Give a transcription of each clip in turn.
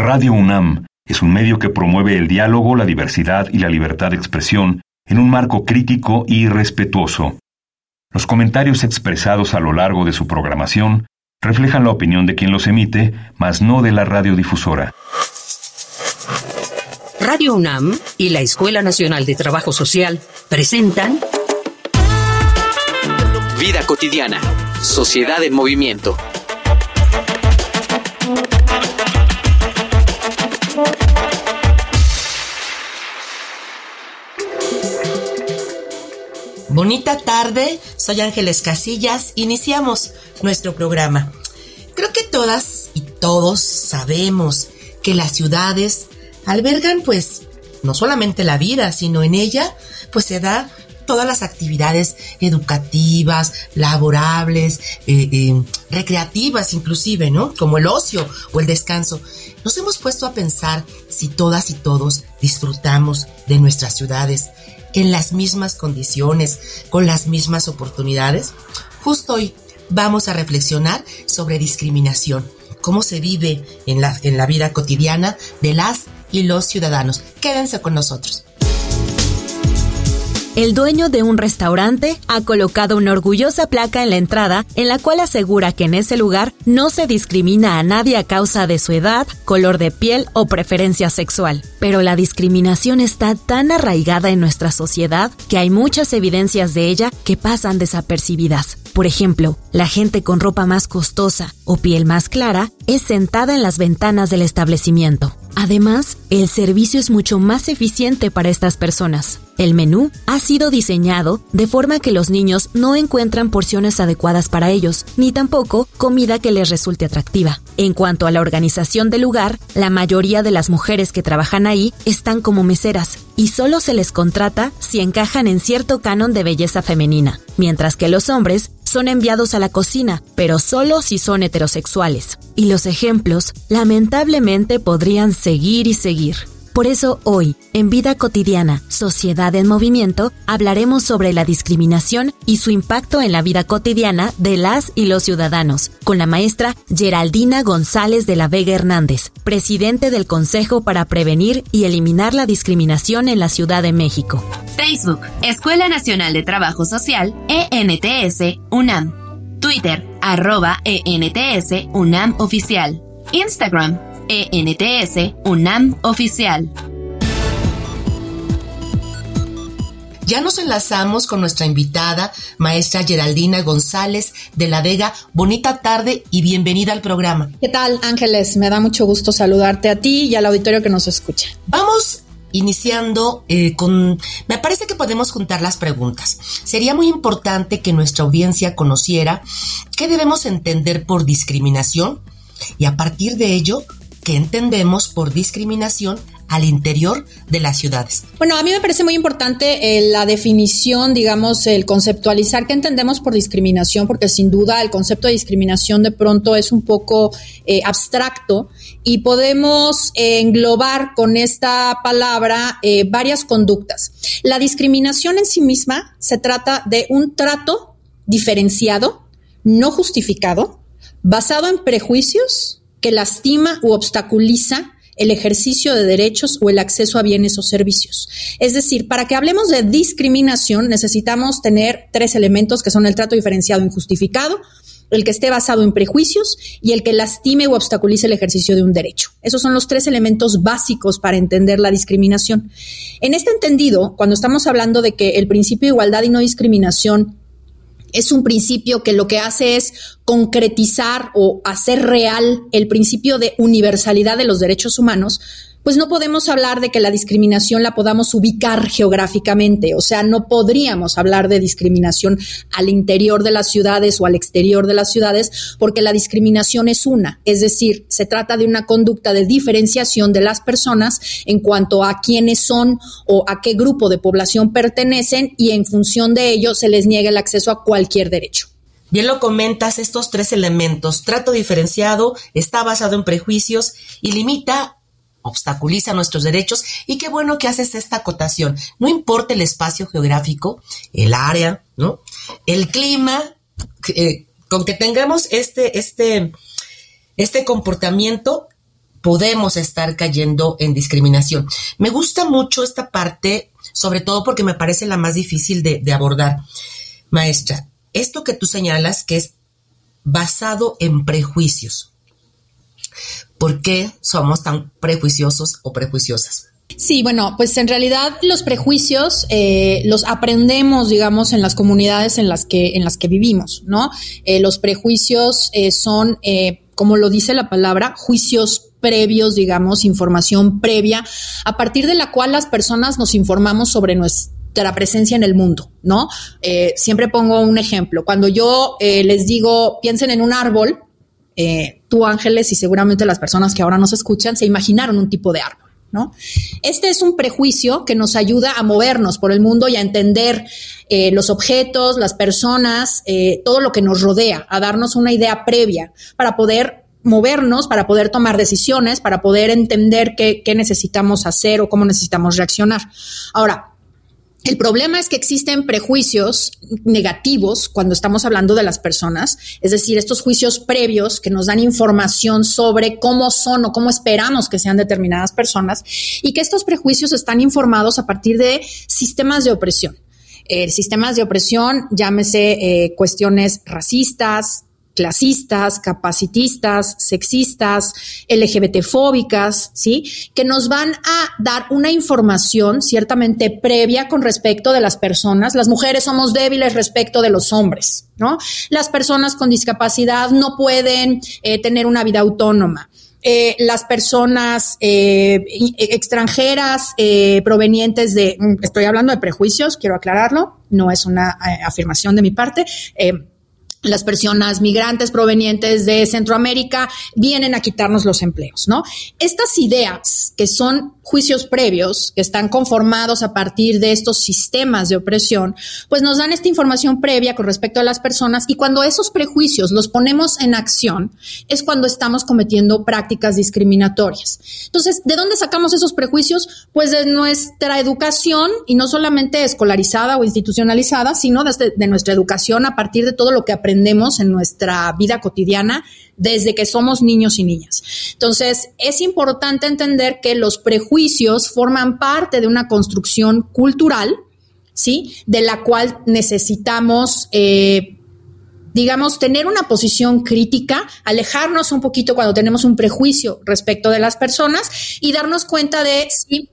Radio UNAM es un medio que promueve el diálogo, la diversidad y la libertad de expresión en un marco crítico y respetuoso. Los comentarios expresados a lo largo de su programación reflejan la opinión de quien los emite, mas no de la radiodifusora. Radio UNAM y la Escuela Nacional de Trabajo Social presentan Vida cotidiana, sociedad en movimiento. Bonita tarde, soy Ángeles Casillas, iniciamos nuestro programa. Creo que todas y todos sabemos que las ciudades albergan no solamente la vida, sino en ella se da todas las actividades educativas, laborables, recreativas inclusive, ¿no? Como el ocio o el descanso. Nos hemos puesto a pensar si todas y todos disfrutamos de nuestras ciudades en las mismas condiciones, con las mismas oportunidades. Justo hoy vamos a reflexionar sobre discriminación, cómo se vive en la vida cotidiana de las y los ciudadanos. Quédense con nosotros. El dueño de un restaurante ha colocado una orgullosa placa en la entrada en la cual asegura que en ese lugar no se discrimina a nadie a causa de su edad, color de piel o preferencia sexual. Pero la discriminación está tan arraigada en nuestra sociedad que hay muchas evidencias de ella que pasan desapercibidas. Por ejemplo, la gente con ropa más costosa o piel más clara es sentada en las ventanas del establecimiento. Además, el servicio es mucho más eficiente para estas personas. El menú ha sido diseñado de forma que los niños no encuentran porciones adecuadas para ellos, ni tampoco comida que les resulte atractiva. En cuanto a la organización del lugar, la mayoría de las mujeres que trabajan ahí están como meseras y solo se les contrata si encajan en cierto canon de belleza femenina, mientras que los hombres son enviados a la cocina, pero solo si son heterosexuales. Y los ejemplos, lamentablemente, podrían seguir y seguir. Por eso hoy, en Vida Cotidiana, Sociedad en Movimiento, hablaremos sobre la discriminación y su impacto en la vida cotidiana de las y los ciudadanos, con la maestra Geraldina González de la Vega Hernández, presidente del Consejo para Prevenir y Eliminar la Discriminación en la Ciudad de México. Facebook, Escuela Nacional de Trabajo Social, ENTS, UNAM. Twitter, @ENTS, UNAM Oficial. Instagram, ENTS, UNAM Oficial. Ya nos enlazamos con nuestra invitada, maestra Geraldina González de la Vega. Bonita tarde y bienvenida al programa. ¿Qué tal, Ángeles? Me da mucho gusto saludarte a ti y al auditorio que nos escucha. Vamos iniciando me parece que podemos juntar las preguntas. Sería muy importante que nuestra audiencia conociera qué debemos entender por discriminación y a partir de ello, qué entendemos por discriminación al interior de las ciudades. Bueno, a mí me parece muy importante la definición, digamos, el conceptualizar qué entendemos por discriminación, porque sin duda el concepto de discriminación de pronto es un poco abstracto y podemos englobar con esta palabra varias conductas. La discriminación en sí misma se trata de un trato diferenciado, no justificado, basado en prejuicios que lastima u obstaculiza el ejercicio de derechos o el acceso a bienes o servicios. Es decir, para que hablemos de discriminación necesitamos tener tres elementos que son el trato diferenciado injustificado, el que esté basado en prejuicios y el que lastime u obstaculice el ejercicio de un derecho. Esos son los tres elementos básicos para entender la discriminación. En este entendido, cuando estamos hablando de que el principio de igualdad y no discriminación es un principio que lo que hace es concretizar o hacer real el principio de universalidad de los derechos humanos, pues no podemos hablar de que la discriminación la podamos ubicar geográficamente, o sea, no podríamos hablar de discriminación al interior de las ciudades o al exterior de las ciudades, porque la discriminación es una, es decir, se trata de una conducta de diferenciación de las personas en cuanto a quiénes son o a qué grupo de población pertenecen y en función de ello se les niega el acceso a cualquier derecho. Bien lo comentas, estos tres elementos, trato diferenciado, está basado en prejuicios y obstaculiza nuestros derechos, y qué bueno que haces esta acotación. No importa el espacio geográfico, el área, ¿no? El clima, con que tengamos este comportamiento, podemos estar cayendo en discriminación. Me gusta mucho esta parte, sobre todo porque me parece la más difícil de abordar. Maestra, esto que tú señalas que es basado en prejuicios. ¿Por qué somos tan prejuiciosos o prejuiciosas? Sí, bueno, pues en realidad los prejuicios los aprendemos, digamos, en las comunidades en las que vivimos, ¿no? Los prejuicios son, como lo dice la palabra, juicios previos, digamos, información previa, a partir de la cual las personas nos informamos sobre nuestra presencia en el mundo, ¿no? Siempre pongo un ejemplo. Cuando yo les digo, piensen en un árbol, tú, Ángeles, y seguramente las personas que ahora nos escuchan se imaginaron un tipo de árbol, ¿no? Este es un prejuicio que nos ayuda a movernos por el mundo y a entender los objetos, las personas, todo lo que nos rodea, a darnos una idea previa para poder movernos, para poder tomar decisiones, para poder entender qué necesitamos hacer o cómo necesitamos reaccionar. Ahora, el problema es que existen prejuicios negativos cuando estamos hablando de las personas, es decir, estos juicios previos que nos dan información sobre cómo son o cómo esperamos que sean determinadas personas, y que estos prejuicios están informados a partir de sistemas de opresión. Sistemas de opresión, llámese cuestiones racistas, clasistas, capacitistas, sexistas, LGBT-fóbicas, ¿sí? Que nos van a dar una información ciertamente previa con respecto de las personas. Las mujeres somos débiles respecto de los hombres, ¿no? Las personas con discapacidad no pueden tener una vida autónoma. Las personas extranjeras provenientes de, estoy hablando de prejuicios, quiero aclararlo, no es una afirmación de mi parte, las personas migrantes provenientes de Centroamérica vienen a quitarnos los empleos, ¿no? Estas ideas, que son juicios previos, que están conformados a partir de estos sistemas de opresión, pues nos dan esta información previa con respecto a las personas, y cuando esos prejuicios los ponemos en acción, es cuando estamos cometiendo prácticas discriminatorias. Entonces, ¿de dónde sacamos esos prejuicios? Pues de nuestra educación, y no solamente escolarizada o institucionalizada, sino de nuestra educación a partir de todo lo que aprendemos en nuestra vida cotidiana desde que somos niños y niñas. Entonces, es importante entender que los prejuicios forman parte de una construcción cultural, ¿sí? De la cual necesitamos, digamos, tener una posición crítica, alejarnos un poquito cuando tenemos un prejuicio respecto de las personas y darnos cuenta de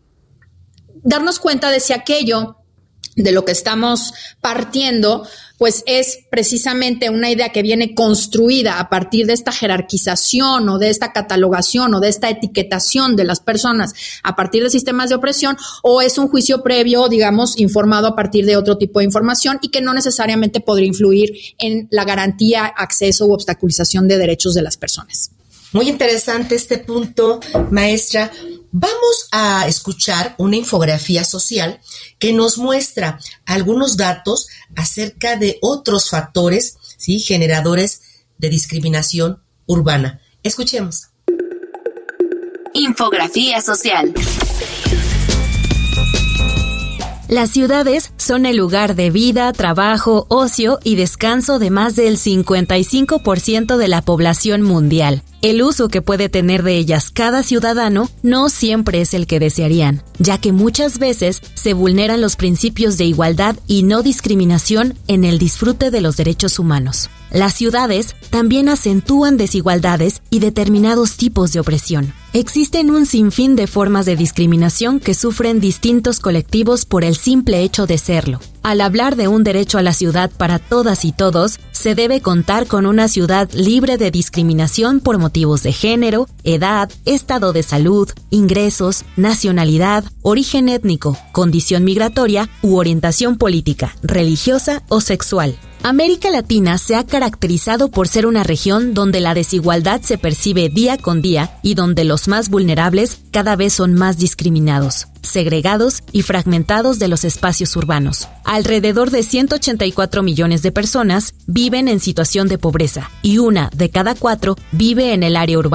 si aquello de lo que estamos partiendo, pues es precisamente una idea que viene construida a partir de esta jerarquización o de esta catalogación o de esta etiquetación de las personas a partir de sistemas de opresión, o es un juicio previo, digamos, informado a partir de otro tipo de información y que no necesariamente podría influir en la garantía, acceso u obstaculización de derechos de las personas. Muy interesante este punto, maestra. Vamos a escuchar una infografía social que nos muestra algunos datos acerca de otros factores, ¿sí?, generadores de discriminación urbana. Escuchemos. Infografía social. Las ciudades son el lugar de vida, trabajo, ocio y descanso de más del 55% de la población mundial. El uso que puede tener de ellas cada ciudadano no siempre es el que desearían, ya que muchas veces se vulneran los principios de igualdad y no discriminación en el disfrute de los derechos humanos. Las ciudades también acentúan desigualdades y determinados tipos de opresión. Existen un sinfín de formas de discriminación que sufren distintos colectivos por el simple hecho de serlo. Al hablar de un derecho a la ciudad para todas y todos, se debe contar con una ciudad libre de discriminación por motivos de género, edad, estado de salud, ingresos, nacionalidad, origen étnico, condición migratoria u orientación política, religiosa o sexual. América Latina se ha caracterizado por ser una región donde la desigualdad se percibe día con día y donde los más vulnerables cada vez son más discriminados, segregados y fragmentados de los espacios urbanos. Alrededor de 184 millones de personas viven en situación de pobreza y 1 de cada 4 vive en el área urbana.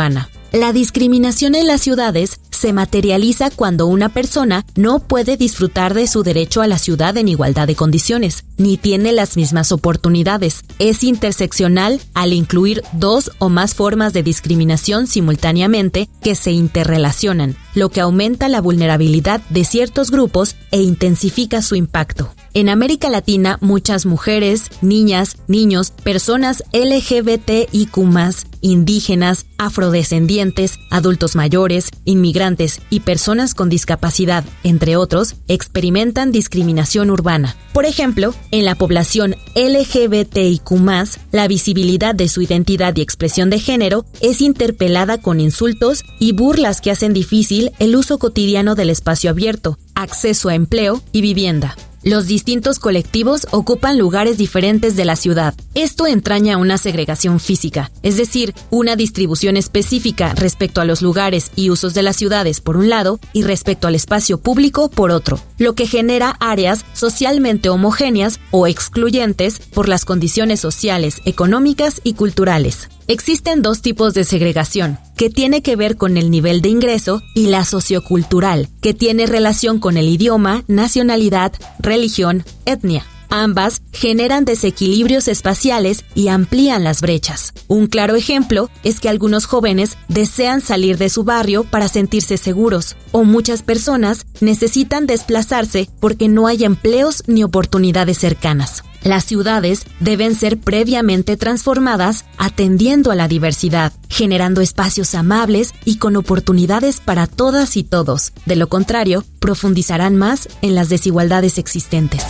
La discriminación en las ciudades se materializa cuando una persona no puede disfrutar de su derecho a la ciudad en igualdad de condiciones, ni tiene las mismas oportunidades. Es interseccional al incluir dos o más formas de discriminación simultáneamente que se interrelacionan, lo que aumenta la vulnerabilidad de ciertos grupos e intensifica su impacto. En América Latina, muchas mujeres, niñas, niños, personas LGBTIQ+, indígenas, afrodescendientes, adultos mayores, inmigrantes y personas con discapacidad, entre otros, experimentan discriminación urbana. Por ejemplo, en la población LGBTIQ+, la visibilidad de su identidad y expresión de género es interpelada con insultos y burlas que hacen difícil el uso cotidiano del espacio abierto, acceso a empleo y vivienda. Los distintos colectivos ocupan lugares diferentes de la ciudad. Esto entraña una segregación física, es decir, una distribución específica respecto a los lugares y usos de las ciudades por un lado y respecto al espacio público por otro, lo que genera áreas socialmente homogéneas o excluyentes por las condiciones sociales, económicas y culturales. Existen dos tipos de segregación, que tiene que ver con el nivel de ingreso, y la sociocultural, que tiene relación con el idioma, nacionalidad, religión, etnia. Ambas generan desequilibrios espaciales y amplían las brechas. Un claro ejemplo es que algunos jóvenes desean salir de su barrio para sentirse seguros, o muchas personas necesitan desplazarse porque no hay empleos ni oportunidades cercanas. Las ciudades deben ser previamente transformadas atendiendo a la diversidad, generando espacios amables y con oportunidades para todas y todos. De lo contrario, profundizarán más en las desigualdades existentes.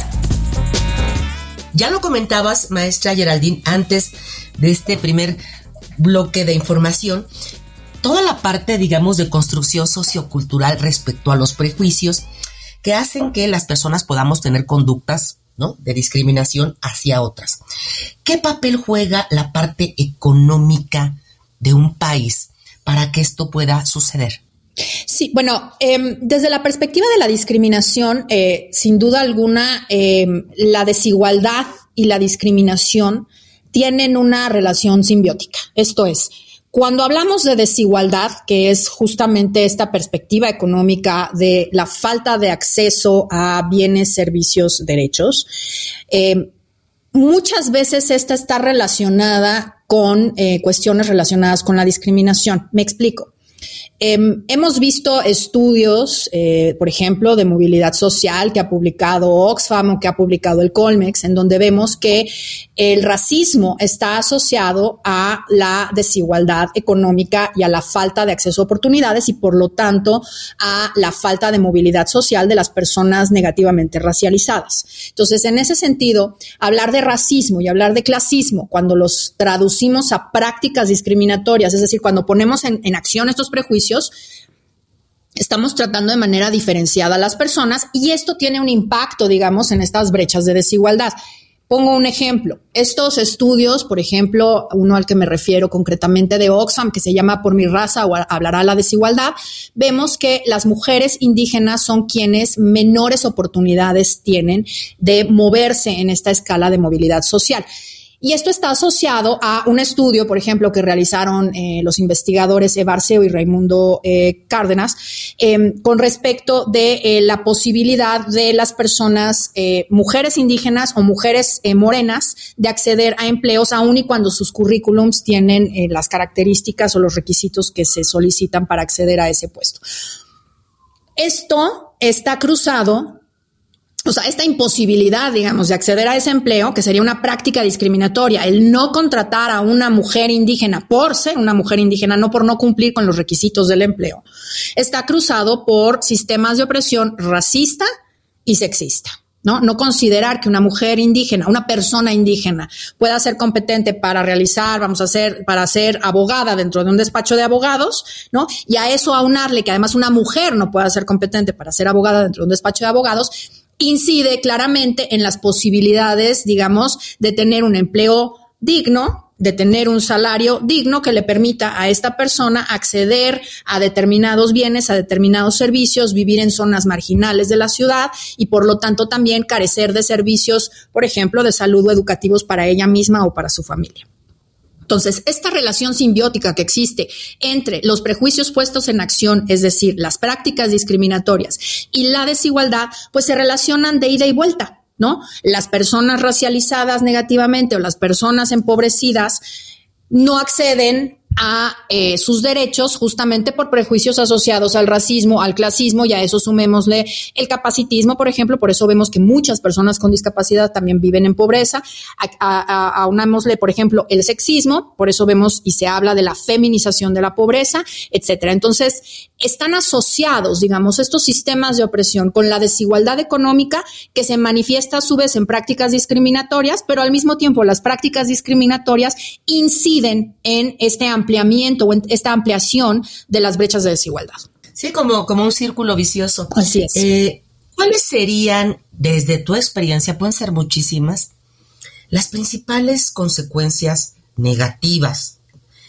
Ya lo comentabas, maestra Geraldine, antes de este primer bloque de información, toda la parte, digamos, de construcción sociocultural respecto a los prejuicios que hacen que las personas podamos tener conductas, ¿no?, de discriminación hacia otras. ¿Qué papel juega la parte económica de un país para que esto pueda suceder? Sí, bueno, desde la perspectiva de la discriminación, sin duda alguna, la desigualdad y la discriminación tienen una relación simbiótica. Esto es, cuando hablamos de desigualdad, que es justamente esta perspectiva económica de la falta de acceso a bienes, servicios, derechos, muchas veces esta está relacionada con cuestiones relacionadas con la discriminación. Me explico. Hemos visto estudios, por ejemplo, de movilidad social que ha publicado Oxfam o que ha publicado el Colmex, en donde vemos que el racismo está asociado a la desigualdad económica y a la falta de acceso a oportunidades y, por lo tanto, a la falta de movilidad social de las personas negativamente racializadas. Entonces, en ese sentido, hablar de racismo y hablar de clasismo, cuando los traducimos a prácticas discriminatorias, es decir, cuando ponemos en acción estos prejuicios, estamos tratando de manera diferenciada a las personas y esto tiene un impacto, digamos, en estas brechas de desigualdad. Pongo un ejemplo. Estos estudios, por ejemplo, uno al que me refiero concretamente de Oxfam, que se llama Por mi raza o hablará la desigualdad, vemos que las mujeres indígenas son quienes menores oportunidades tienen de moverse en esta escala de movilidad social. Y esto está asociado a un estudio, por ejemplo, que realizaron los investigadores Barceo y Raimundo Cárdenas con respecto de la posibilidad de las personas, mujeres indígenas o mujeres morenas, de acceder a empleos aun y cuando sus currículums tienen las características o los requisitos que se solicitan para acceder a ese puesto. Esto está cruzado. O sea, esta imposibilidad, digamos, de acceder a ese empleo, que sería una práctica discriminatoria, el no contratar a una mujer indígena por ser una mujer indígena, no por no cumplir con los requisitos del empleo, está cruzado por sistemas de opresión racista y sexista. No considerar que una mujer indígena, una persona indígena pueda ser competente para realizar, para ser abogada dentro de un despacho de abogados, ¿no? Y a eso aunarle que además una mujer no pueda ser competente para ser abogada dentro de un despacho de abogados, incide claramente en las posibilidades, digamos, de tener un empleo digno, de tener un salario digno que le permita a esta persona acceder a determinados bienes, a determinados servicios, vivir en zonas marginales de la ciudad y, por lo tanto, también carecer de servicios, por ejemplo, de salud o educativos para ella misma o para su familia. Entonces, esta relación simbiótica que existe entre los prejuicios puestos en acción, es decir, las prácticas discriminatorias y la desigualdad, pues se relacionan de ida y vuelta, ¿no? Las personas racializadas negativamente o las personas empobrecidas no acceden a sus derechos justamente por prejuicios asociados al racismo, al clasismo, y a eso sumémosle el capacitismo, por ejemplo. Por eso vemos que muchas personas con discapacidad también viven en pobreza. Aunámosle, por ejemplo, el sexismo, por eso vemos y se habla de la feminización de la pobreza, etcétera. Entonces, están asociados, digamos, estos sistemas de opresión con la desigualdad económica que se manifiesta a su vez en prácticas discriminatorias, pero al mismo tiempo las prácticas discriminatorias inciden en este ampliamiento o en esta ampliación de las brechas de desigualdad. Sí, como un círculo vicioso. Así es. ¿Cuáles serían, desde tu experiencia, pueden ser muchísimas, las principales consecuencias negativas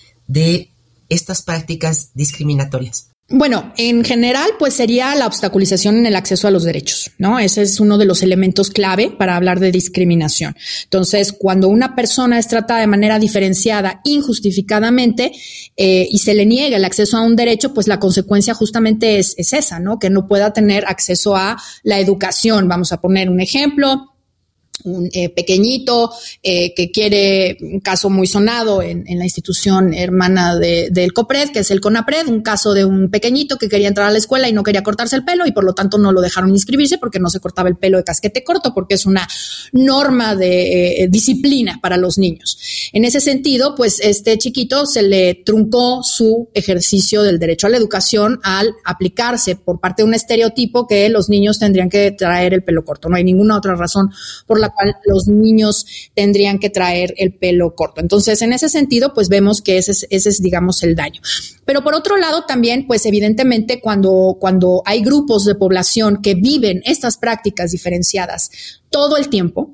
de estas prácticas discriminatorias? Bueno, en general, pues sería la obstaculización en el acceso a los derechos, ¿no? Ese es uno de los elementos clave para hablar de discriminación. Entonces, cuando una persona es tratada de manera diferenciada, injustificadamente, y se le niega el acceso a un derecho, pues la consecuencia justamente es esa, ¿no? Que no pueda tener acceso a la educación. Vamos a poner un ejemplo. Un pequeñito que quiere, un caso muy sonado en la institución hermana del COPRED, que es el CONAPRED, un caso de un pequeñito que quería entrar a la escuela y no quería cortarse el pelo y por lo tanto no lo dejaron inscribirse porque no se cortaba el pelo de casquete corto, porque es una norma de disciplina para los niños. En ese sentido, pues este chiquito se le truncó su ejercicio del derecho a la educación al aplicarse por parte de un estereotipo que los niños tendrían que traer el pelo corto. No hay ninguna otra razón por la cual los niños tendrían que traer el pelo corto. Entonces, en ese sentido, pues vemos que ese es, digamos, el daño. Pero por otro lado, también, pues evidentemente, cuando hay grupos de población que viven estas prácticas diferenciadas todo el tiempo,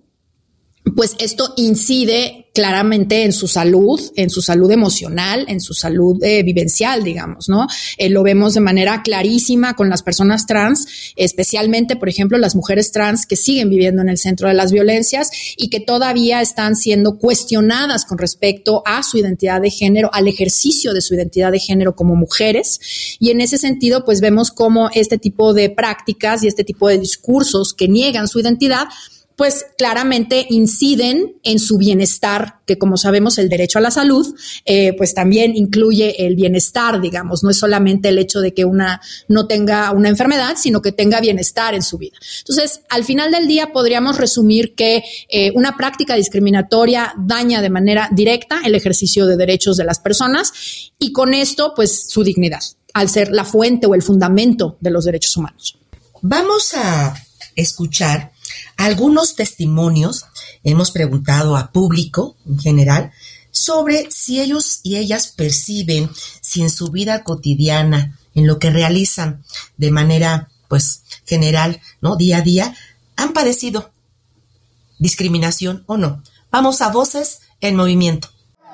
pues esto incide claramente en su salud emocional, en su salud vivencial, digamos, ¿no? Lo vemos de manera clarísima con las personas trans, especialmente, por ejemplo, las mujeres trans que siguen viviendo en el centro de las violencias y que todavía están siendo cuestionadas con respecto a su identidad de género, al ejercicio de su identidad de género como mujeres. Y en ese sentido, pues vemos cómo este tipo de prácticas y este tipo de discursos que niegan su identidad pues claramente inciden en su bienestar, que como sabemos el derecho a la salud, pues también incluye el bienestar, digamos, no es solamente el hecho de que una no tenga una enfermedad, sino que tenga bienestar en su vida. Entonces, al final del día podríamos resumir que una práctica discriminatoria daña de manera directa el ejercicio de derechos de las personas y con esto, pues, su dignidad, al ser la fuente o el fundamento de los derechos humanos. Vamos a escuchar algunos testimonios. Hemos preguntado a público en general sobre si ellos y ellas perciben si en su vida cotidiana, en lo que realizan de manera pues general, ¿no? Día a día, han padecido discriminación o no. Vamos a Voces en Movimiento.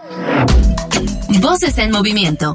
Voces en Movimiento.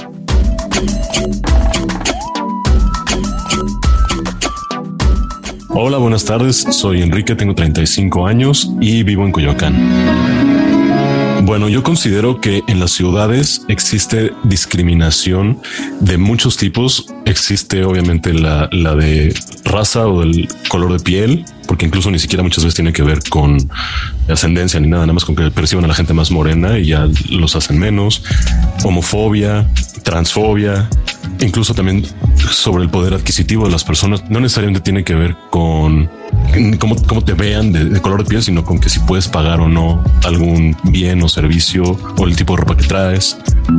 Hola, buenas tardes. Soy Enrique, tengo 35 años y vivo en Coyoacán. Bueno, yo considero que en las ciudades existe discriminación de muchos tipos. Existe obviamente la de raza o del color de piel, porque incluso ni siquiera muchas veces tiene que ver con ascendencia ni nada más con que perciban a la gente más morena y ya los hacen menos. Homofobia, transfobia, incluso también sobre el poder adquisitivo de las personas. No necesariamente tiene que ver con cómo te vean de color de piel, sino con que si puedes pagar o no algún bien o servicio o el tipo de ropa que traes.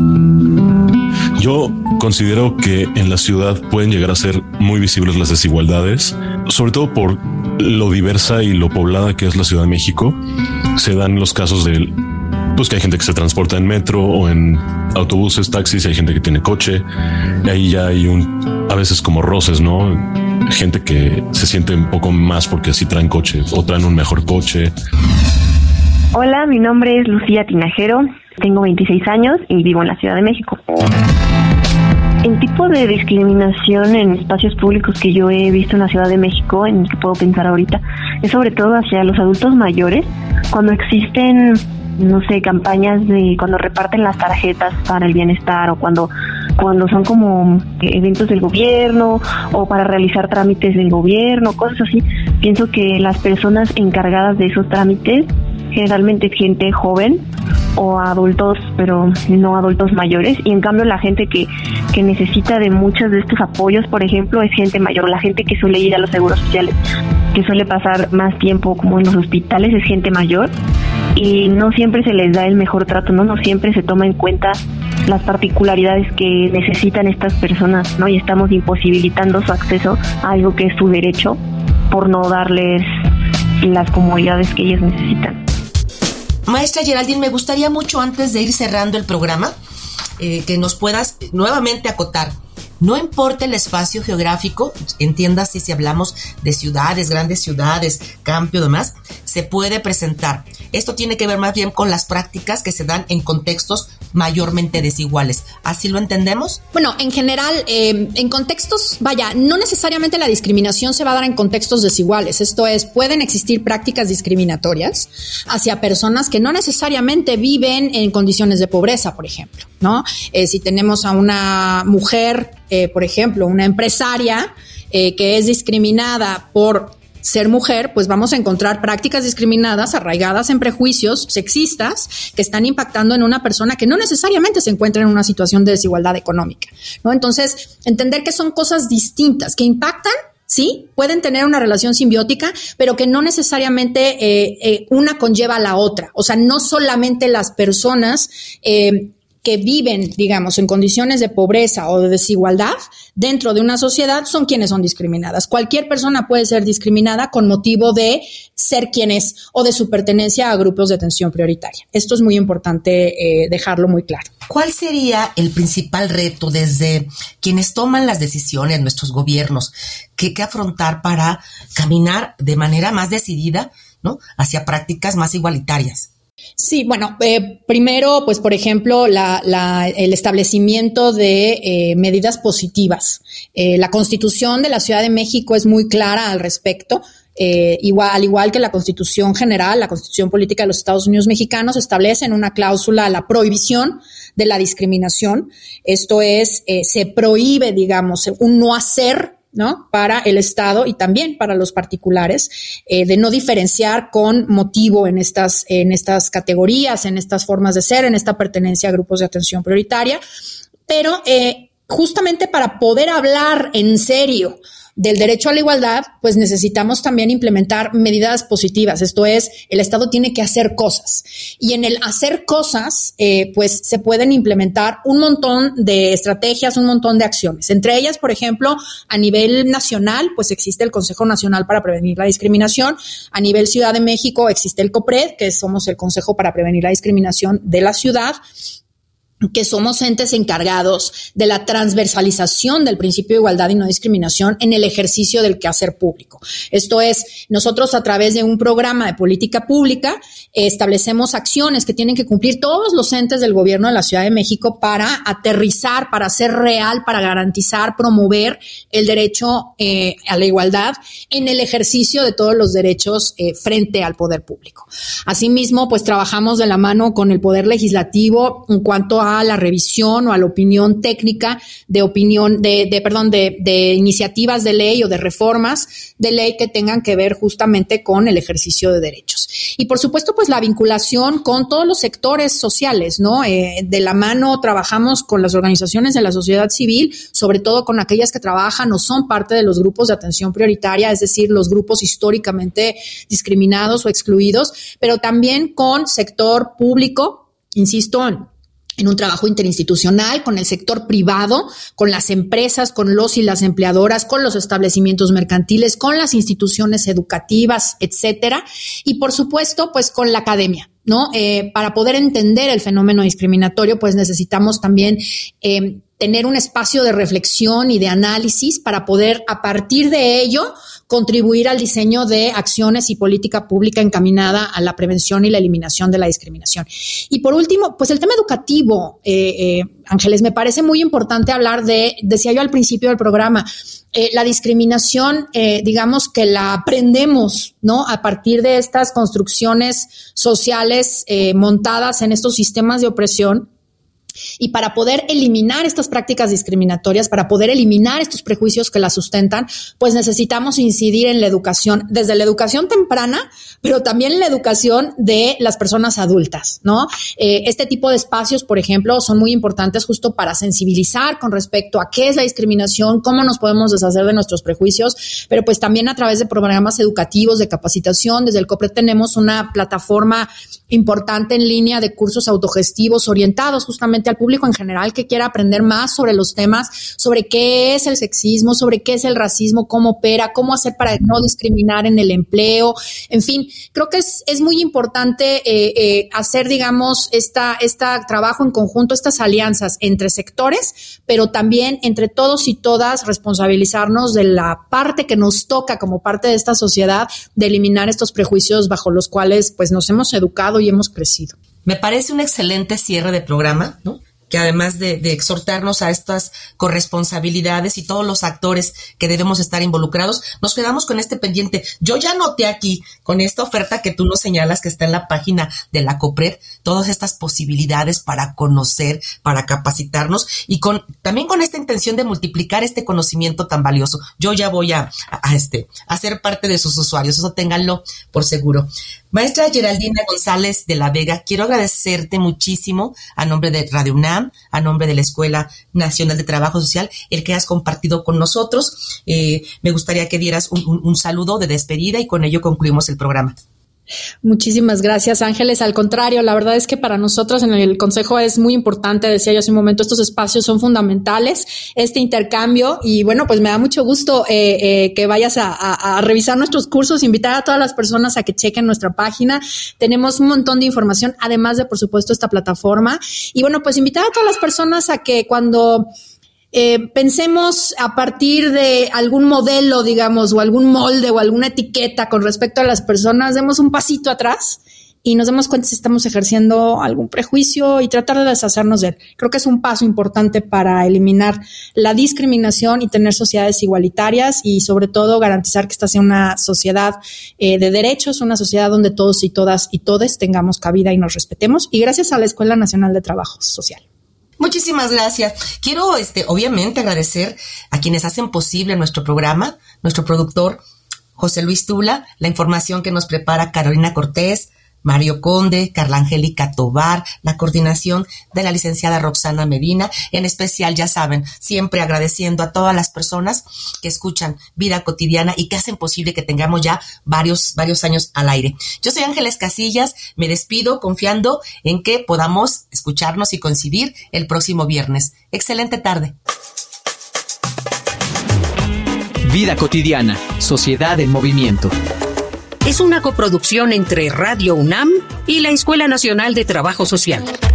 Yo considero que en la ciudad pueden llegar a ser muy visibles las desigualdades, sobre todo por lo diversa y lo poblada que es la Ciudad de México. Se dan los casos de pues que hay gente que se transporta en metro o en autobuses, taxis, y hay gente que tiene coche. Y ahí ya hay a veces como roces, ¿no? Gente que se siente un poco más porque así traen coche o traen un mejor coche. Hola, mi nombre es Lucía Tinajero, tengo 26 años y vivo en la Ciudad de México. El tipo de discriminación en espacios públicos que yo he visto en la Ciudad de México, en el que puedo pensar ahorita, es sobre todo hacia los adultos mayores, cuando existen no sé, campañas de cuando reparten las tarjetas para el bienestar, o cuando son como eventos del gobierno o para realizar trámites del gobierno, cosas así. Pienso que las personas encargadas de esos trámites generalmente es gente joven o adultos, pero no adultos mayores, y en cambio la gente que necesita de muchos de estos apoyos, por ejemplo, es gente mayor. La gente que suele ir a los seguros sociales, que suele pasar más tiempo como en los hospitales, es gente mayor, y no siempre se les da el mejor trato, no siempre se toma en cuenta las particularidades que necesitan estas personas, ¿no? Y estamos imposibilitando su acceso a algo que es su derecho por no darles las comodidades que ellos necesitan. Maestra Geraldine, me gustaría mucho, antes de ir cerrando el programa, que nos puedas nuevamente acotar. No importa el espacio geográfico, entiéndase si hablamos de ciudades, grandes ciudades, campo y demás, se puede presentar. Esto tiene que ver más bien con las prácticas que se dan en contextos mayormente desiguales. ¿Así lo entendemos? Bueno, en general, en contextos, no necesariamente la discriminación se va a dar en contextos desiguales. Esto es, pueden existir prácticas discriminatorias hacia personas que no necesariamente viven en condiciones de pobreza, por ejemplo, ¿no? Si tenemos a una mujer, por ejemplo, una empresaria que es discriminada por ser mujer, pues vamos a encontrar prácticas discriminadas arraigadas en prejuicios sexistas que están impactando en una persona que no necesariamente se encuentra en una situación de desigualdad económica, ¿no? Entonces, entender que son cosas distintas, que impactan, sí, pueden tener una relación simbiótica, pero que no necesariamente una conlleva a la otra. O sea, no solamente las personas que viven, digamos, en condiciones de pobreza o de desigualdad dentro de una sociedad son quienes son discriminadas. Cualquier persona puede ser discriminada con motivo de ser quien es o de su pertenencia a grupos de atención prioritaria. Esto es muy importante dejarlo muy claro. ¿Cuál sería el principal reto desde quienes toman las decisiones, nuestros gobiernos, que afrontar para caminar de manera más decidida, ¿no?, hacia prácticas más igualitarias? Sí, bueno, primero, pues, por ejemplo, el establecimiento de medidas positivas. La Constitución de la Ciudad de México es muy clara al respecto. Al igual que la Constitución General, la Constitución Política de los Estados Unidos Mexicanos, establecen una cláusula a la prohibición de la discriminación. Esto es, se prohíbe, digamos, un no hacer, ¿no?, para el Estado y también para los particulares, de no diferenciar con motivo en estas categorías, en estas formas de ser, en esta pertenencia a grupos de atención prioritaria. Pero justamente para poder hablar en serio del derecho a la igualdad, pues necesitamos también implementar medidas positivas. Esto es, el Estado tiene que hacer cosas. Y en el hacer cosas, pues se pueden implementar un montón de estrategias, un montón de acciones. Entre ellas, por ejemplo, a nivel nacional, pues existe el Consejo Nacional para Prevenir la Discriminación. A nivel Ciudad de México existe el COPRED, que somos el Consejo para Prevenir la Discriminación de la ciudad, que somos entes encargados de la transversalización del principio de igualdad y no discriminación en el ejercicio del quehacer público. Esto es, nosotros a través de un programa de política pública establecemos acciones que tienen que cumplir todos los entes del gobierno de la Ciudad de México para aterrizar, para hacer real, para garantizar, promover el derecho a la igualdad en el ejercicio de todos los derechos frente al poder público. Asimismo, pues trabajamos de la mano con el Poder Legislativo en cuanto a la revisión o a la opinión técnica de iniciativas de ley o de reformas de ley que tengan que ver justamente con el ejercicio de derechos. Y por supuesto, pues la vinculación con todos los sectores sociales, ¿no? De la mano trabajamos con las organizaciones de la sociedad civil, sobre todo con aquellas que trabajan o son parte de los grupos de atención prioritaria, es decir, los grupos históricamente discriminados o excluidos, pero también con sector público, insisto, en un trabajo interinstitucional, con el sector privado, con las empresas, con los y las empleadoras, con los establecimientos mercantiles, con las instituciones educativas, etcétera. Y por supuesto, pues con la academia, ¿no? Para poder entender el fenómeno discriminatorio, pues necesitamos también tener un espacio de reflexión y de análisis para poder, a partir de ello, contribuir al diseño de acciones y política pública encaminada a la prevención y la eliminación de la discriminación. Y por último, pues el tema educativo, Ángeles, me parece muy importante hablar decía yo al principio del programa, la discriminación, digamos que la aprendemos, ¿no? A partir de estas construcciones sociales montadas en estos sistemas de opresión. Y para poder eliminar estas prácticas discriminatorias, para poder eliminar estos prejuicios que las sustentan, pues necesitamos incidir en la educación, desde la educación temprana, pero también en la educación de las personas adultas, ¿no? Este tipo de espacios, por ejemplo, son muy importantes justo para sensibilizar con respecto a qué es la discriminación, cómo nos podemos deshacer de nuestros prejuicios, pero pues también a través de programas educativos, de capacitación. Desde el COPRED tenemos una plataforma importante en línea de cursos autogestivos orientados justamente al público en general que quiera aprender más sobre los temas, sobre qué es el sexismo, sobre qué es el racismo, cómo opera, cómo hacer para no discriminar en el empleo. En fin, creo que es muy importante hacer, digamos, este trabajo en conjunto, estas alianzas entre sectores, pero también entre todos y todas responsabilizarnos de la parte que nos toca como parte de esta sociedad de eliminar estos prejuicios bajo los cuales pues nos hemos educado y hemos crecido. Me parece un excelente cierre de programa, ¿no? Que además de exhortarnos a estas corresponsabilidades y todos los actores que debemos estar involucrados, nos quedamos con este pendiente. Yo ya noté aquí, con esta oferta que tú nos señalas que está en la página de la COPRED, todas estas posibilidades para conocer, para capacitarnos y también con esta intención de multiplicar este conocimiento tan valioso. Yo ya voy a ser parte de sus usuarios, eso ténganlo por seguro. Maestra Geraldina González de la Vega, quiero agradecerte muchísimo a nombre de Radio UNAM, a nombre de la Escuela Nacional de Trabajo Social, el que has compartido con nosotros. Me gustaría que dieras un saludo de despedida y con ello concluimos el programa. Muchísimas gracias, Ángeles. Al contrario, la verdad es que para nosotros en el Consejo es muy importante, decía yo hace un momento, estos espacios son fundamentales, este intercambio, y bueno, pues me da mucho gusto que vayas a revisar nuestros cursos, invitar a todas las personas a que chequen nuestra página. Tenemos un montón de información, además de, por supuesto, esta plataforma. Y bueno, pues invitar a todas las personas a que cuando pensemos a partir de algún modelo, digamos, o algún molde o alguna etiqueta con respecto a las personas, demos un pasito atrás y nos demos cuenta si estamos ejerciendo algún prejuicio y tratar de deshacernos de él. Creo que es un paso importante para eliminar la discriminación y tener sociedades igualitarias y sobre todo garantizar que esta sea una sociedad de derechos, una sociedad donde todos y todas y todes tengamos cabida y nos respetemos, y gracias a la Escuela Nacional de Trabajo Social. Muchísimas gracias. Quiero, obviamente, agradecer a quienes hacen posible nuestro programa, nuestro productor, José Luis Tula, la información que nos prepara Carolina Cortés, Mario Conde, Carla Angélica Tobar, la coordinación de la licenciada Roxana Medina, en especial, ya saben, siempre agradeciendo a todas las personas que escuchan Vida Cotidiana y que hacen posible que tengamos ya varios años al aire. Yo soy Ángeles Casillas, me despido confiando en que podamos escucharnos y coincidir el próximo viernes. Excelente tarde. Vida Cotidiana, Sociedad en Movimiento. Es una coproducción entre Radio UNAM y la Escuela Nacional de Trabajo Social.